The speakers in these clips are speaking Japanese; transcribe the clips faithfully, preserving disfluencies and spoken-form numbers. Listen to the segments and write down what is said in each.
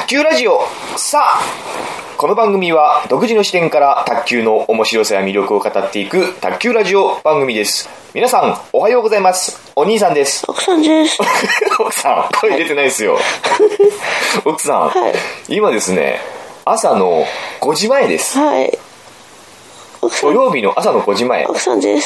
卓球ラジオ。さあ、この番組は独自の視点から卓球の面白さや魅力を語っていく卓球ラジオ番組です。皆さんおはようございます。お兄さんです。 奥さんです。 奥さん声出てないですよ。奥さん、はい、今ですね朝のごじまえです。 はい。 土曜日の朝のごじまえ。 奥さんです。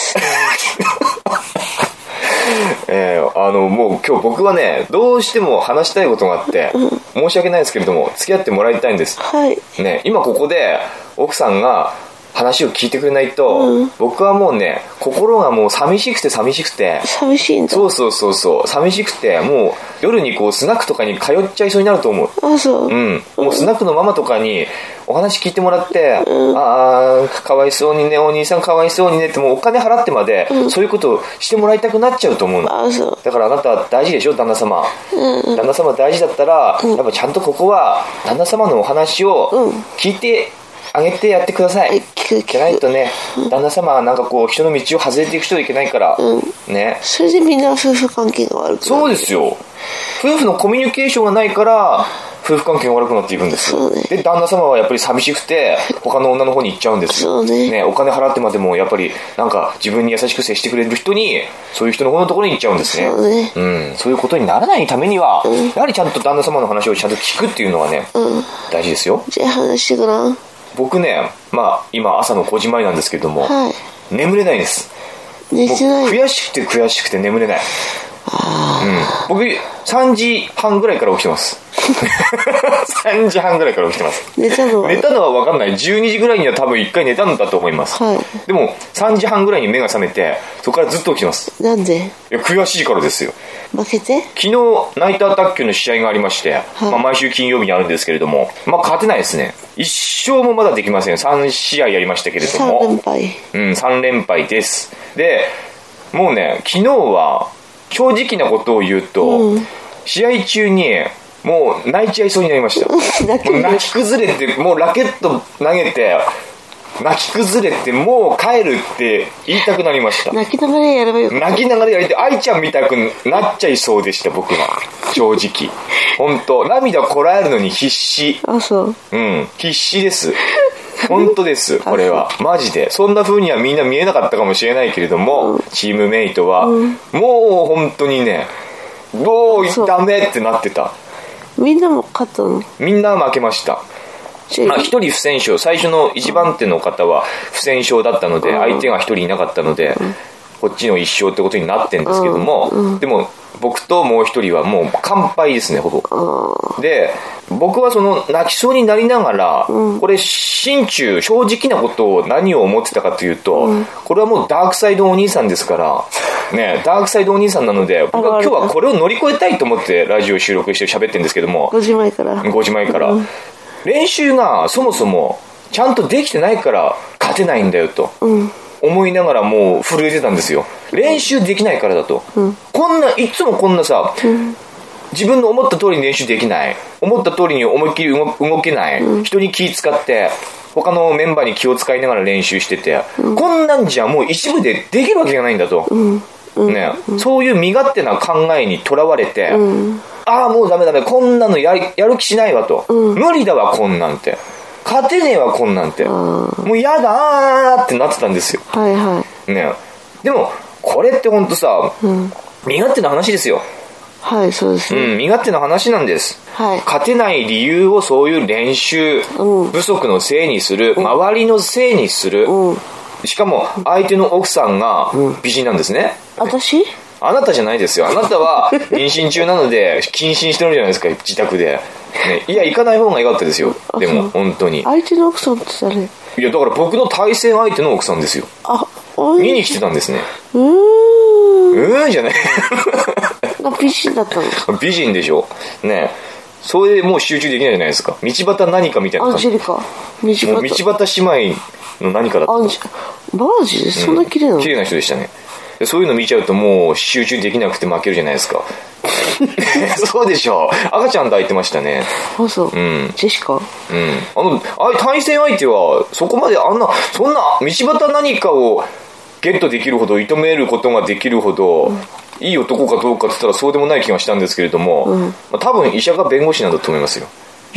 えー、あのもう今日僕はねどうしても話したいことがあって、うん、申し訳ないですけれども付き合ってもらいたいんです、 はいね、今ここで奥さんが話を聞いてくれないと、うん、僕はもうね心がもう寂しくて寂しくて寂しいんだ。 そうそうそうそう寂しくてもう夜にこうスナックとかに通っちゃいそうになると思う。 あ、そう、 うん、もうスナックのママとかにお話聞いてもらって、うん、ああかわいそうにねお兄さんかわいそうにねってもうお金払ってまで、うん、そういうことをしてもらいたくなっちゃうと思うの。 あ、そう。 だからあなた大事でしょ旦那様、うんうん、旦那様大事だったら、うん、やっぱちゃんとここは旦那様のお話を聞いてあげてやってください。いけないとね、うん、旦那様はなんかこう人の道を外れていく人はいけないから、うん、ね。 それでみんな夫婦関係が悪くなる。 そうですよ。夫婦のコミュニケーションがないから夫婦関係が悪くなっていくんですよ。 そうね。 で旦那様はやっぱり寂しくて他の女の方に行っちゃうんですよ。 そうね。 ね、お金払ってまでもやっぱりなんか自分に優しく接してくれる人にそういう人の方のところに行っちゃうんですね。 そうね。 うん、そういうことにならないためには、うん、やはりちゃんと旦那様の話をちゃんと聞くっていうのはね、うん、大事ですよ。 じゃあ話してごらん。 僕ね、まあ今朝のごじまえなんですけども、はい、眠れないです。 寝てない。 もう悔しくて悔しくて眠れない。うん、僕さんじはんぐらいから起きてます。さんじはんぐらいから起きてます。 寝たのは寝たのは分かんない。じゅうにじぐらいには多分いっかい寝たんだと思います、 はい、 でもさんじはんぐらいに目が覚めてそこからずっと起きてます。 なんで？ いや悔しいからですよ。 負けて？ 昨日ナイター卓球の試合がありまして、はい、まあ、毎週金曜日にあるんですけれども、まあ、勝てないですね。いっ勝もまだできません。さん試合やりましたけれどもさん連敗。 うん、さん連敗です。でもうね昨日は正直なことを言うと、うん、試合中にもう泣いちゃいそうになりました。もう泣き崩れてもうラケット投げて泣き崩れてもう帰るって言いたくなりました。 泣きながらやればよかった。 泣きながらやりて愛ちゃんみたくなっちゃいそうでした僕が正直本当涙こらえるのに必死。 あ、そう。 うん必死です本当ですこれはマジで。そんな風にはみんな見えなかったかもしれないけれども、うん、チームメイトは、うん、もう本当にねどうダメってなってた。 みんなも勝ったの？みんな負けました。まあ、一人不戦勝、最初の一番手の方は不戦勝だったので相手が一人いなかったのでこっちの一勝ってことになってんですけども、でも僕ともう一人はもう完敗ですねほぼ。で僕はその泣きそうになりながらこれ心中正直なことを何を思ってたかというと、これはもうダークサイドお兄さんですからね、ダークサイドお兄さんなので僕は今日はこれを乗り越えたいと思ってラジオ収録して喋ってるんですけども、 ごじまえからごじまえから練習がそもそもちゃんとできてないから勝てないんだよと思いながらもう震えてたんですよ。練習できないからだと、うん、こんないつもこんなさ、うん、自分の思った通りに練習できない思った通りに思いっきり 動, 動けない、うん、人に気使って他のメンバーに気を使いながら練習してて、うん、こんなんじゃもう一部でできるわけがないんだと、うんねうん、そういう身勝手な考えにとらわれて、うん、ああもうダメダメこんなの や, やる気しないわと、うん、無理だわこんなんて勝てねえわこんなんて、うん、もうやだーってなってたんですよ、 はいはいね、でもこれってほんとさ、うん、身勝手な話ですよ。 はいそうですね、 うん、身勝手な話なんです、はい、勝てない理由をそういう練習不足のせいにする、うん、周りのせいにする、うん、しかも相手の奥さんが美人なんですね、 うん、私？ あなたじゃないですよ。あなたは妊娠中なので謹慎してるじゃないですか自宅で、ね、いや行かない方が良かったですよ。でも本当に相手の奥さんって誰？いやだから僕の対戦相手の奥さんですよ。 あ見に来てたんですね。 うーんうーんじゃない美人だったの？ 美人でしょね。それでもう集中できないじゃないですか。道端何かみたいなアンジェリカ道端もう道端姉妹の何かだった。 アンジマジでそんな綺麗なの、うん、 綺麗な人でしたね。そういうの見ちゃうともう集中できなくて負けるじゃないですかそうでしょ。赤ちゃん抱いてましたね。 あそう、 うん、 ジェシカ、うん、 あのあ対戦相手はそこまであんなそんな道端何かをゲットできるほど射止めることができるほど、うん、いい男かどうかって言ったらそうでもない気がしたんですけれども、うん、まあ、多分医者が弁護士なんだと思いますよ。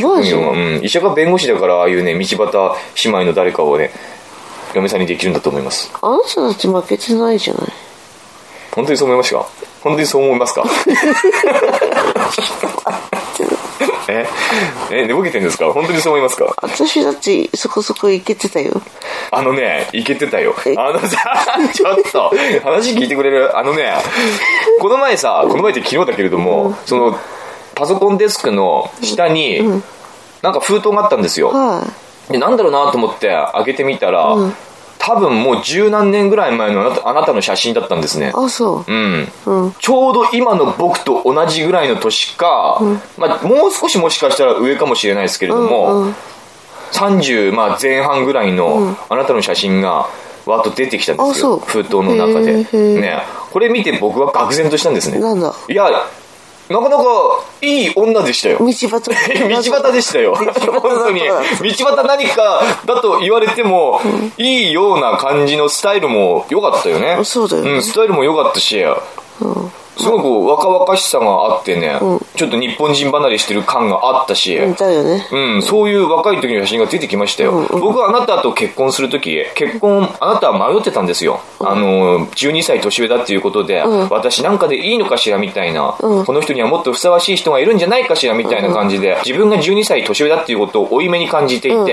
マジ？ うん。医者が弁護士だから、ああいうね、道端姉妹の誰かをね、嫁さんにできるんだと思います。 あなたたち負けてないじゃない。 本当にそう思いますか？本当にそう思いますか？ええ、寝ぼけてんですか？本当にそう思いますか？ 私だってそこそこいけてたよ。 あのね、いけてたよ。あのさ、ちょっと、話聞いてくれる？あのね、この前さ、この前って昨日だけれども、うん、その、パソコンデスクの下に、うん、なんか封筒があったんですよ。はい、で、なんだろうなと思って開けてみたら、うん、多分もう十何年ぐらい前のあなた、あなたの写真だったんですね。 あ、そう。 うん。うん、ちょうど今の僕と同じぐらいの年か、うん、まあ、もう少しもしかしたら上かもしれないですけれども、うんうん、さんじゅう、まあ、前半ぐらいのあなたの写真がわっと出てきたんですよ。封筒の中で。ね。これ見て僕は愕然としたんですね。 なんだ？ いや、なかなかいい女でしたよ。 道端道端でしたよ。本当に。道端何かだと言われても、うん、いいような感じのスタイルも良かったよね。 そうだよね。 うん、スタイルも良かったし、うん、すごく若々しさがあってね、うん、ちょっと日本人離れしてる感があったし、 だよね。 うん、そういう若い時の写真が出てきましたよ。うんうん、僕はあなたと結婚する時、結婚、あなたは迷ってたんですよ。うん、あの、じゅうにさい年上だっていうことで、うん、私なんかでいいのかしらみたいな、うん、この人にはもっとふさわしい人がいるんじゃないかしらみたいな感じで、自分がじゅうにさい年上だっていうことを負い目に感じていて、うんうん、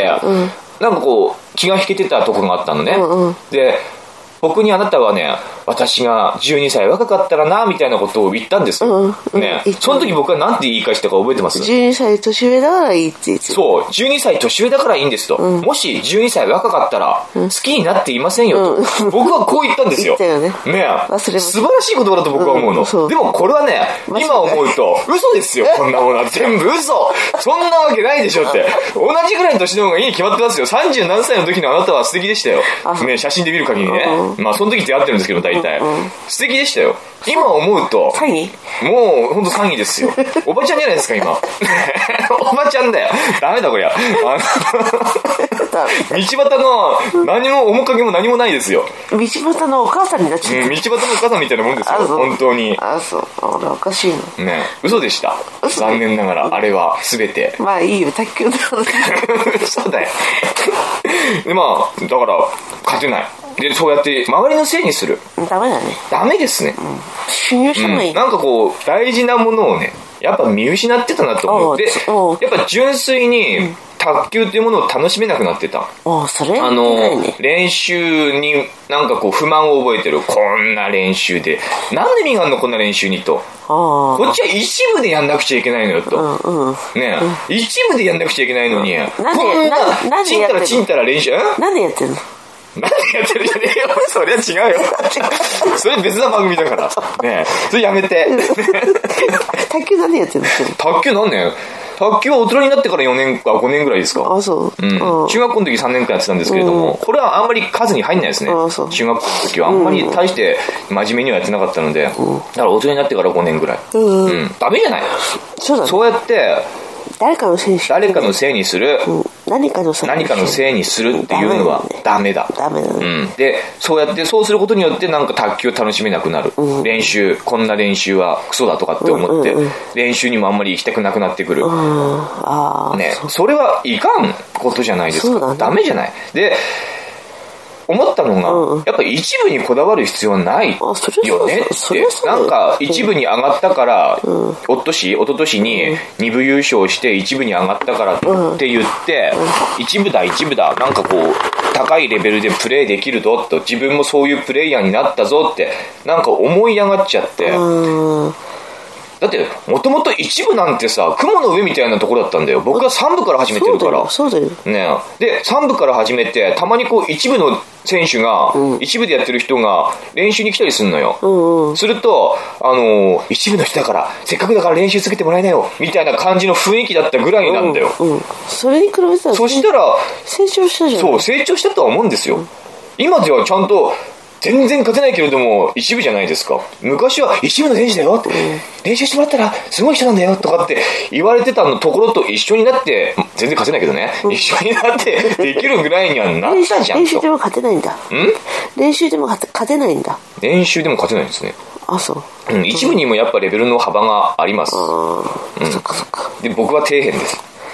なんかこう、気が引けてたところがあったのね。うんうん、で、僕にあなたはね、私がじゅうにさい若かったらな、みたいなことを言ったんですよ。うんうん、ね、その時僕は何て言い返したか覚えてます？ じゅうにさい年上だからいいって言って。 そう、じゅうにさい年上だからいいんですと。うん、もしじゅうにさい若かったら、好きになっていませんよと。うん、僕はこう言ったんですよ。 言ったよね。 ね忘れました。素晴らしい言葉だと僕は思うの。うん、でもこれはね、今思うと、嘘ですよ、こんなものは。全部嘘。そんなわけないでしょって。同じぐらいの年の方がいいに決まってますよ。さんじゅう何歳の時のあなたは素敵でしたよ。ね、写真で見る限りね。うん、まあその時出会ってるんですけど、大体。うんうん、素敵でしたよ。今思うと、 詐欺？ もうほんと詐欺ですよ。おばちゃんじゃないですか、今。おばちゃんだよ。ダメだ、こりゃ。あの道端の何も面影も何もないですよ。 道端のお母さんになっちゃった。 うん、道端のお母さんみたいなもんですよ。本当に。 あ、そう。あれおかしいの。 ね、嘘でした。残念ながら、あれは全て。 まあいいよ、卓球だろう。 そうだよ。で、まあ、だから、勝てない。で、そうやって周りのせいにする。 ダメだね。 ダメですね。うん、 信用した方がいい、 うん。なんかこう、大事なものをね、やっぱ見失ってたなと思う。で、やっぱ純粋に、卓球っていうものを楽しめなくなってた。 ああ、それ、ね、 あの、練習になんかこう不満を覚えてる。こんな練習で。なんで意味があるのこんな練習にと。こっちは一部でやんなくちゃいけないのよと。うんうん、ね、うん、一部でやんなくちゃいけないのに、うん、こんな、ちんたらちんたら練習、 なんでやってんの？ なんでやってるじゃねえよ。そりゃ違うよ。それ別な番組だから。ねえ。それやめて。 卓球何年やってるの？ 卓球何年？卓球は大人になってからよねんかごねんぐらいですか。 あ、そう。 うん。中学校の時さんねんかんやってたんですけれども、うん、これはあんまり数に入んないですね。あ、そう。中学校の時はあんまり大して真面目にはやってなかったので、うん、だから大人になってからごねんぐらい。うん。うん、ダメじゃない。 そうだね。 そうやって、 誰かのせいにする。 誰かのせいにする。 うん、何かのせい何かのせいにするっていうのはダメだ。 ダメだね。 うん。で、そうやって、そうすることによってなんか卓球を楽しめなくなる。うん、練習、こんな練習はクソだとかって思って、うんうんうん、練習にもあんまり行きたくなくなってくる。うん、ああ。ね、そ, それはいかんことじゃないですか。そうだね。ダメじゃない。で、思ったのが、うん、やっぱり一部にこだわる必要はないよねって。なんか一部に上がったから、うん、おととし、おととしに二部優勝して一部に上がったからって言って、うん、一部だ一部だ、なんかこう、高いレベルでプレーできるぞと、自分もそういうプレイヤーになったぞって、なんか思い上がっちゃって、うん、だって、もともと一部なんてさ、雲の上みたいなところだったんだよ。僕は三部から始めてるから。 そうだよ。そうだよ。 ね、で、三部から始めて、たまにこう一部の選手が、うん、一部でやってる人が練習に来たりするのよ。うんうん、すると、あのー、一部の人だから、せっかくだから練習つけてもらえなよ、みたいな感じの雰囲気だったぐらいなんだよ。 うんうん、それに比べたら、 そしたら、 成長したじゃん。 そう、成長したとは思うんですよ。うん、今ではちゃんと、全然勝てないけれども一部じゃないですか。昔は一部の選手だよって、うん、練習してもらったらすごい人なんだよとかって言われてたのところと一緒になって、全然勝てないけどね、うん、一緒になってできるぐらいにはなったじゃん。 練習でも勝てないんだ。ん練習でも勝てないんだ。 練習でも勝てないんですね。 あ、そう。 うん、一部にもやっぱレベルの幅があります。あ、 うん、そっかそっか。 で、僕は底辺です。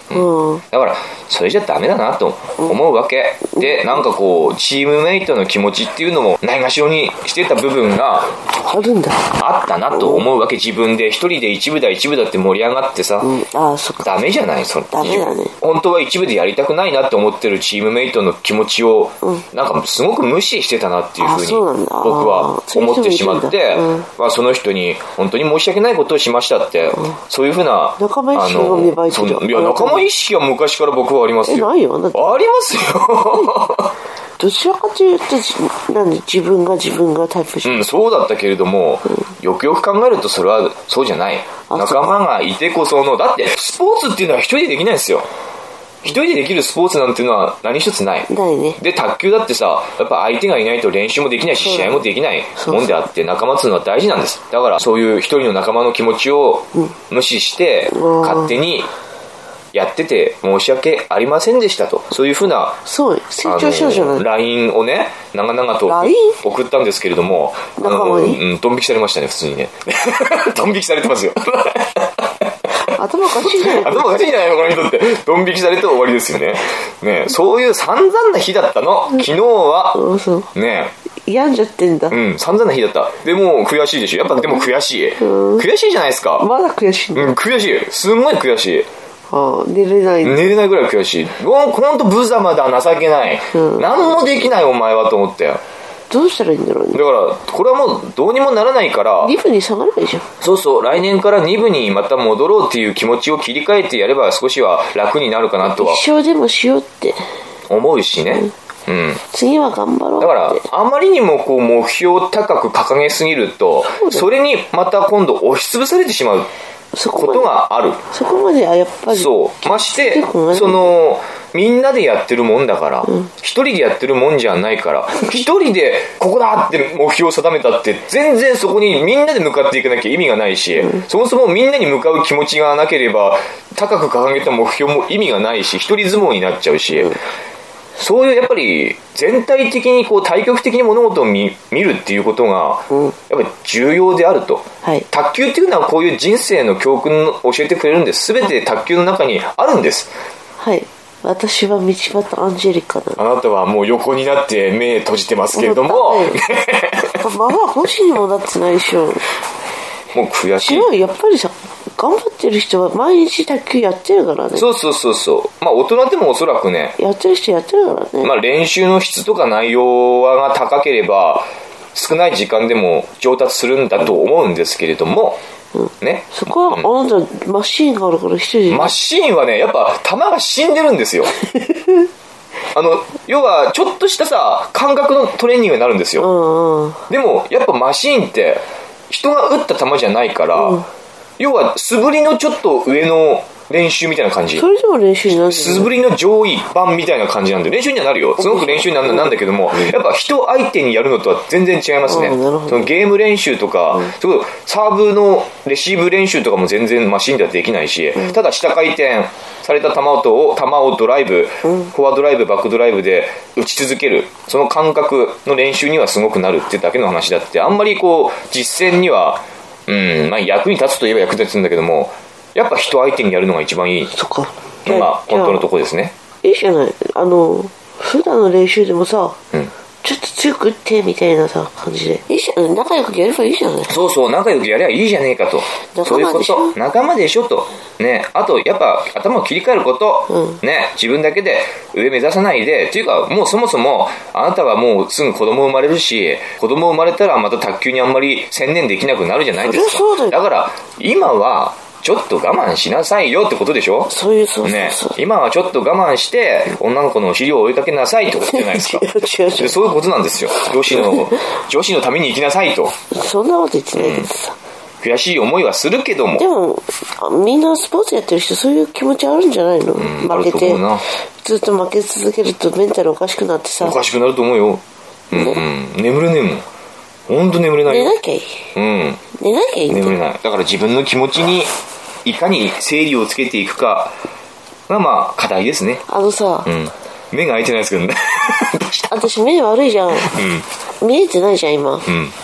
うんうん、 だからそれじゃダメだなと思うわけ、うん、でなんかこうチームメイトの気持ちっていうのもないがしろにしてた部分があるんだあったなと思うわけ。自分で一人で一部だ一部だって盛り上がってさ、 うん、あそっかダメじゃないそれ。 ダメだね。 本当は一部でやりたくないなって思ってるチームメイトの気持ちを、うん、なんかすごく無視してたなっていうふうに僕は思ってしまって、うん、まあ、その人に本当に申し訳ないことをしましたって、うん、そういうふうな仲間意識が芽生えてる。 いや仲間意識は昔から僕はありますよ。 えないよ。だってありますよどちらかというとなんで自分が自分がタイプじゃん、 うん、そうだったけれども、うん、よくよく考えるとそれはそうじゃない。仲間がいてこその、だってスポーツっていうのは一人でできないんですよ。一人でできるスポーツなんていうのは何一つない。 ないね。 で卓球だってさ、やっぱ相手がいないと練習もできないし試合もできないもんであって、仲間っていうのは大事なんです。だからそういう一人の仲間の気持ちを無視して勝手にやってて申し訳ありませんでしたと、そういうふうなそう成長しようじゃないライン をね長々と送ったんですけれども、 仲間に、 うん、ドン引きされましたね普通にねドン引きされてますよ頭おかしいんじゃない頭おかしいんじゃないのこの人って。ドン引きされて終わりですよね。ね、そういう散々な日だったの昨日は、 うん、そうね病んじゃってんだ。 うん散々な日だった。でも悔しいでしょやっぱ。でも悔しい、うん、悔しいじゃないですか。 まだ悔しいんだ、 うん、悔しい。すんごい悔しい。 ああ寝れない寝れないぐらい悔しい。ほんと無様だ情けない、うん、何もできないお前はと思って。 どうしたらいいんだろうね。 だからこれはもうどうにもならないからに部に下がればいいじゃん。 そうそう、来年からに部にまた戻ろうっていう気持ちを切り替えてやれば少しは楽になるかなとは一生でもしようって思うしね、うん、うん、 次は頑張ろうって。 だからあまりにもこう目標を高く掲げすぎると そ, それにまた今度押しつぶされてしまうことがある。 そこまではやっぱりそうましてそのみんなでやってるもんだから一、うん、人でやってるもんじゃないから一人でここだって目標を定めたって全然そこにみんなで向かっていかなきゃ意味がないし、うん、そもそもみんなに向かう気持ちがなければ高く掲げた目標も意味がないし一人相撲になっちゃうし、うん、そういうやっぱり全体的にこう対極的に物事を 見, 見るっていうことがやっぱり重要であると、 はい、 卓球っていうのはこういう人生の教訓を教えてくれるんです。全て卓球の中にあるんです。 はい、私は道端アンジェリカだ。 あなたはもう横になって目閉じてますけれどもまあまあ星にもなってないでしょ。 もう悔しい。 違う、やっぱりさ頑張ってる人は毎日卓球やってるからね。 そうそうそうそう。まあ大人でもおそらくねやってる人やってるからね。 まあ練習の質とか内容が高ければ少ない時間でも上達するんだと思うんですけれども、うんね、 そこはあなたマシーンがあるから一人で。 マシーンはねやっぱ球が死んでるんですよあの要はちょっとしたさ感覚のトレーニングになるんですよ、 うんうん、 でもやっぱマシーンって人が打った球じゃないから、うん、要は素振りのちょっと上の練習みたいな感じ。 それでも練習になる。 素振りの上位版みたいな感じなんで練習にはなるよ。すごく練習になるんだけども、やっぱ人相手にやるのとは全然違いますね。そのゲーム練習とか、うん、それこそサーブのレシーブ練習とかも全然マシンではできないし、うん、ただ下回転された球を球をドライブ、うん、フォアドライブバックドライブで打ち続けるその感覚の練習にはすごくなるってだけの話だって、あんまりこう実践には、うんまあ、役に立つといえば役立つんだけども、やっぱ人相手にやるのが一番いいのが本当のとこですね。 いいじゃない。あの普段の練習でもさ、うん、ちょっと強く打ってみたいなさ感じでいいじゃん。仲良くやればいいじゃない。 そうそう、仲良くやればいいじゃねえかと。そういうこと、仲間でしょとね。あとやっぱ頭を切り替えること、うん、ね、自分だけで上目指さないでっていうか、もうそもそもあなたはもうすぐ子供生まれるし、子供生まれたらまた卓球にあんまり専念できなくなるじゃないですか。 そうだよ。 だから今はちょっと我慢しなさいよってことでしょ。 そういうそうそうそう、 ね、今はちょっと我慢して女の子のお尻を追いかけなさいってことじゃないですか違う違う違う、そういうことなんですよ。女子の女子のために生きなさいと。 そんなこと言ってないけどさ、 うん、悔しい思いはするけども、 でもみんなスポーツやってる人そういう気持ちあるんじゃないの、うん、負けてずっと負け続けるとメンタルおかしくなってさ。 おかしくなると思うよ、うんうん、眠れねえもん。ほんと眠れないよ。 寝なきゃいい、 うん、 寝なきゃいいんだよ。 眠れない。だから自分の気持ちにいかに整理をつけていくかがまあ課題ですね。 あのさ、 うん、目が開いてないですけどね私目悪いじゃん、うん、見えてないじゃん今、 うん、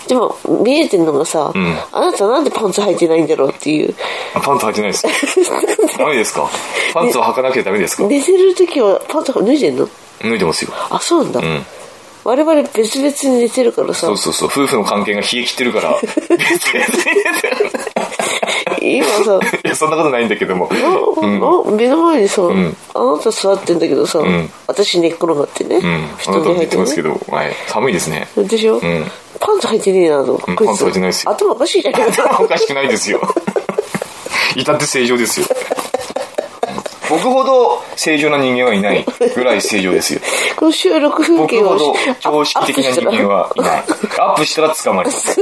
でも見えてるのがさ、 うん、 あなたなんでパンツ履いてないんだろうっていう。 パンツ履いてないですダメですか？パンツを履かなきゃダメですか？ 寝てる時はパンツ脱いでんの？ 脱いでますよ。 あ、そうなんだ、うん、我々別々に寝てるからさ。 そうそうそう、夫婦の関係が冷え切ってるから別々に寝てる今さいやそんなことないんだけども、 うん、目の前にさ、うん、あなた座ってんだけどさ、うん、私寝っ転がってね、うん、 布団に入ってますけど、はい、寒いですね。 でしょ、うん、パンツ履いてねえなと、うん、 パンツ履いてないですよ。 頭おかしいじゃないかおかしくないですよ至って正常ですよ僕ほど正常な人間はいないぐらい正常ですよこの収録風景を僕ほど常識的な人間はいない。アップしたら捕まります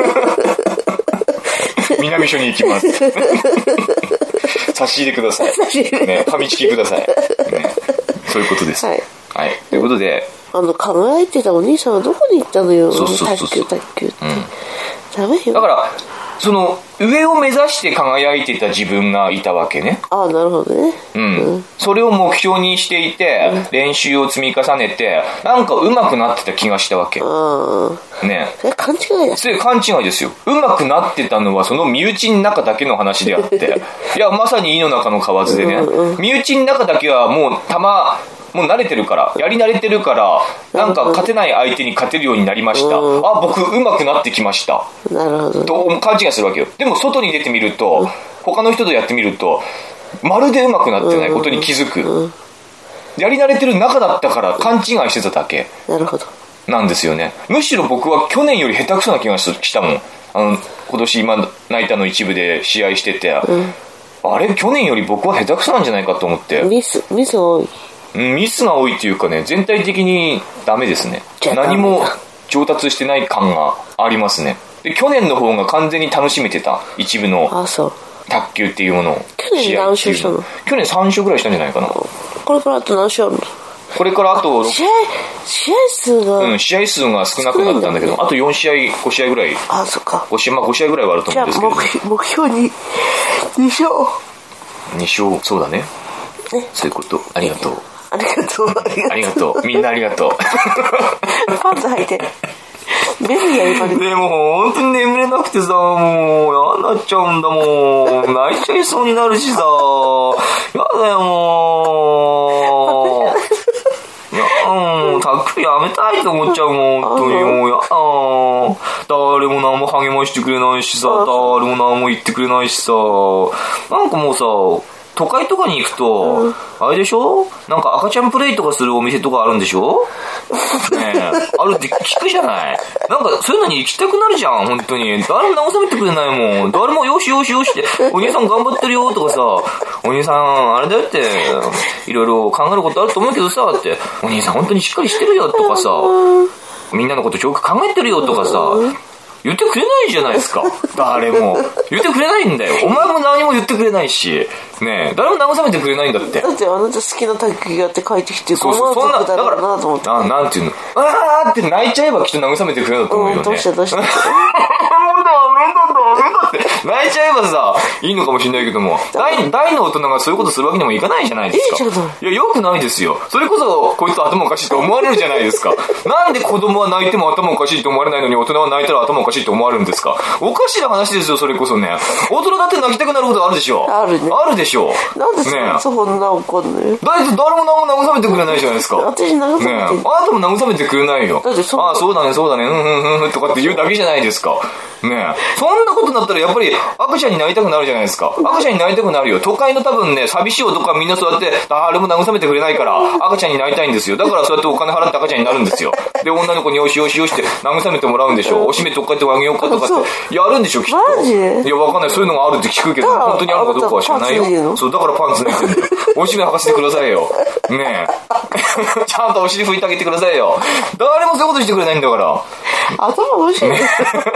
南署に行きます差し入れください、ね、ファミチキください、ね、そういうことです。はい、はい、ということで、 あの輝いてたお兄さんはどこに行ったのよ。そうそうそうそう、卓球卓球って、うん、ダメよ。 だからその上を目指して輝いてた自分がいたわけね。 ああ、なるほどね、 うん、うん、それを目標にしていて、うん、練習を積み重ねてなんか上手くなってた気がしたわけ。ああね、 それ勘違いだ。 それ勘違いですよ。上手くなってたのはその身内の中だけの話であっていやまさに井の中の蛙でね、うんうん、身内の中だけはもう球もう慣れてるから、やり慣れてるから、なんか勝てない相手に勝てるようになりました、うん、あ、僕上手くなってきました、 なるほど、 と勘違いするわけよ。でも外に出てみると、うん、他の人とやってみるとまるで上手くなってないことに気づく、うんうん、やり慣れてる中だったから勘違いしてただけなるほどなんですよね。むしろ僕は去年より下手くそな気がしたもん。あの今年今ナイターの一部で試合してて、うん、あれ去年より僕は下手くそなんじゃないかと思って。 ミスミス多い。 ミスが多いっていうかね、全体的にダメですね。何も上達してない感がありますね。で去年の方が完全に楽しめてた、一部の卓球っていうものを。 去年何勝したの？ 去年さん勝ぐらいしたんじゃないかな。 これからあと何勝あるの？ これからあと試合試合数が、 うん、試合数が少なくなったんだけど、ね、あとよん試合ご試合ぐらい。 あ、そっか。 ご試合、まあご試合ぐらいはあると思うんですけど。 じゃあ 目, 目標にに勝に勝、そうだね、ね、そういうこと。ありがとうありがとうありがとうみんなありがとうパンツ履いてベリーやりでも本当に眠れなくてさ、もう嫌になっちゃうんだもん泣いちゃいそうになるしさ、やだよもういやもう卓球やめたいと思っちゃうもん本当に。もうやだ、誰も何も励ましてくれないしさ、誰も何も言ってくれないしさ、なんかもうさ都会とかに行くと、うん、あれでしょ、なんか赤ちゃんプレイとかするお店とかあるんでしょねえ、あるって聞くじゃない。なんかそういうのに行きたくなるじゃん、本当に。誰も慰めてくれないもん。誰もよしよしよしって、お兄さん頑張ってるよとかさ、お兄さんあれだよって、いろいろ考えることあると思うけどさ、って、お兄さん本当にしっかりしてるよとかさ、みんなのことよく考えてるよとかさ、言ってくれないじゃないですか。誰も言ってくれないんだよ。お前も何も言ってくれないしねえ、誰も慰めてくれないんだって。 だってあなた好きな卓球やって帰ってきて、そうそう、そんなだからなと思って、 あ、なんていうの、あーって泣いちゃえばきっと慰めてくれると思うよね、うん、 どうしたどうしたもうダメだダメだって泣いちゃえばさいいのかもしれないけども、大, 大の大人がそういうことするわけにもいかないじゃないですか。 いいじゃない。 いや、よくないですよ。それこそこいつ頭おかしいと思われるじゃないですかなんで子供は泣いても頭おかしいと思われないのに、大人は泣いたら頭おかしいと思われるんですか。おかしい話ですよ、それこそね。大人だって泣きたくなることあるでしょ。 あるね。 あるでしょ。 なんでそ,、ね、そんな怒んのよ。 だって誰も慰めてくれないじゃないですか。 私慰めて、ね、 あなたも慰めてくれないよ。だってそああ、そうだねそうだね、うんうんうんとかって言うだけじゃないですかねえ。そんなことになったらやっぱり赤ちゃんになりたくなるじゃないですか。赤ちゃんになりたくなるよ。都会の多分ね、寂しい男はみんなそうやって誰も慰めてくれないから赤ちゃんになりたいんですよ。だからそうやってお金払って赤ちゃんになるんですよ。で、女の子によしよしよしって慰めてもらうんでしょ。おしめとかってあげようかとかってやるんでしょ、きっと。 マジ？ いや、わかんない。そういうのがあるって聞くけど、本当にあるかどうかは知らないよ。そう、だからパンツ脱いでるんだよ。おしめ履かせてくださいよねえちゃんとお尻拭いてあげてくださいよ。誰もそういうことしてくれないんだから頭おかしいね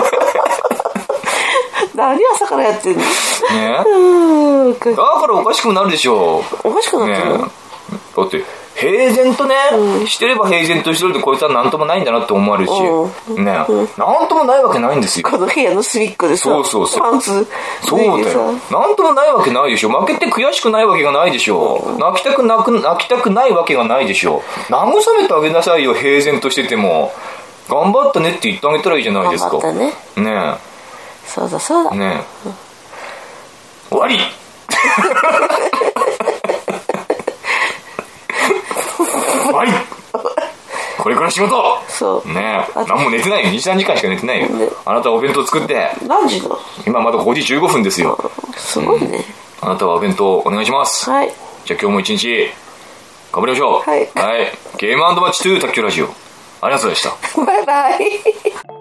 何朝からやってんのねえ。だからおかしくなるでしょ。 おかしくなってるの、ね、 だって平然とね、うん、してれば平然としてるってこいつは何ともないんだなって思われるし、うん、ね、うん、何ともないわけないんですよ。 この部屋の隅っこでさ、 そうそうそう、 パンツそうだよ。何ともないわけないでしょ。負けて悔しくないわけがないでしょ、うん、泣きたくなく泣きたくないわけがないでしょ。慰めてあげなさいよ、平然としてても頑張ったねって言ってあげたらいいじゃないですか。 頑張ったね。 ねそうだそうだ。 え。ねえ。うん、終わり終わりこれから仕事そう。 ねえ。何も寝てないよ。に、さんじかんしか寝てないよ。ね、あなたはお弁当作って。 何時の？ 今まだごじじゅうごふんですよ。 すごいね、 うん。あなたはお弁当お願いします。 はい。 じゃあ今日も一日頑張りましょう。 はい。 はい。ゲーム&マッチに卓球ラジオ。ありがとうございました。 バイバイ。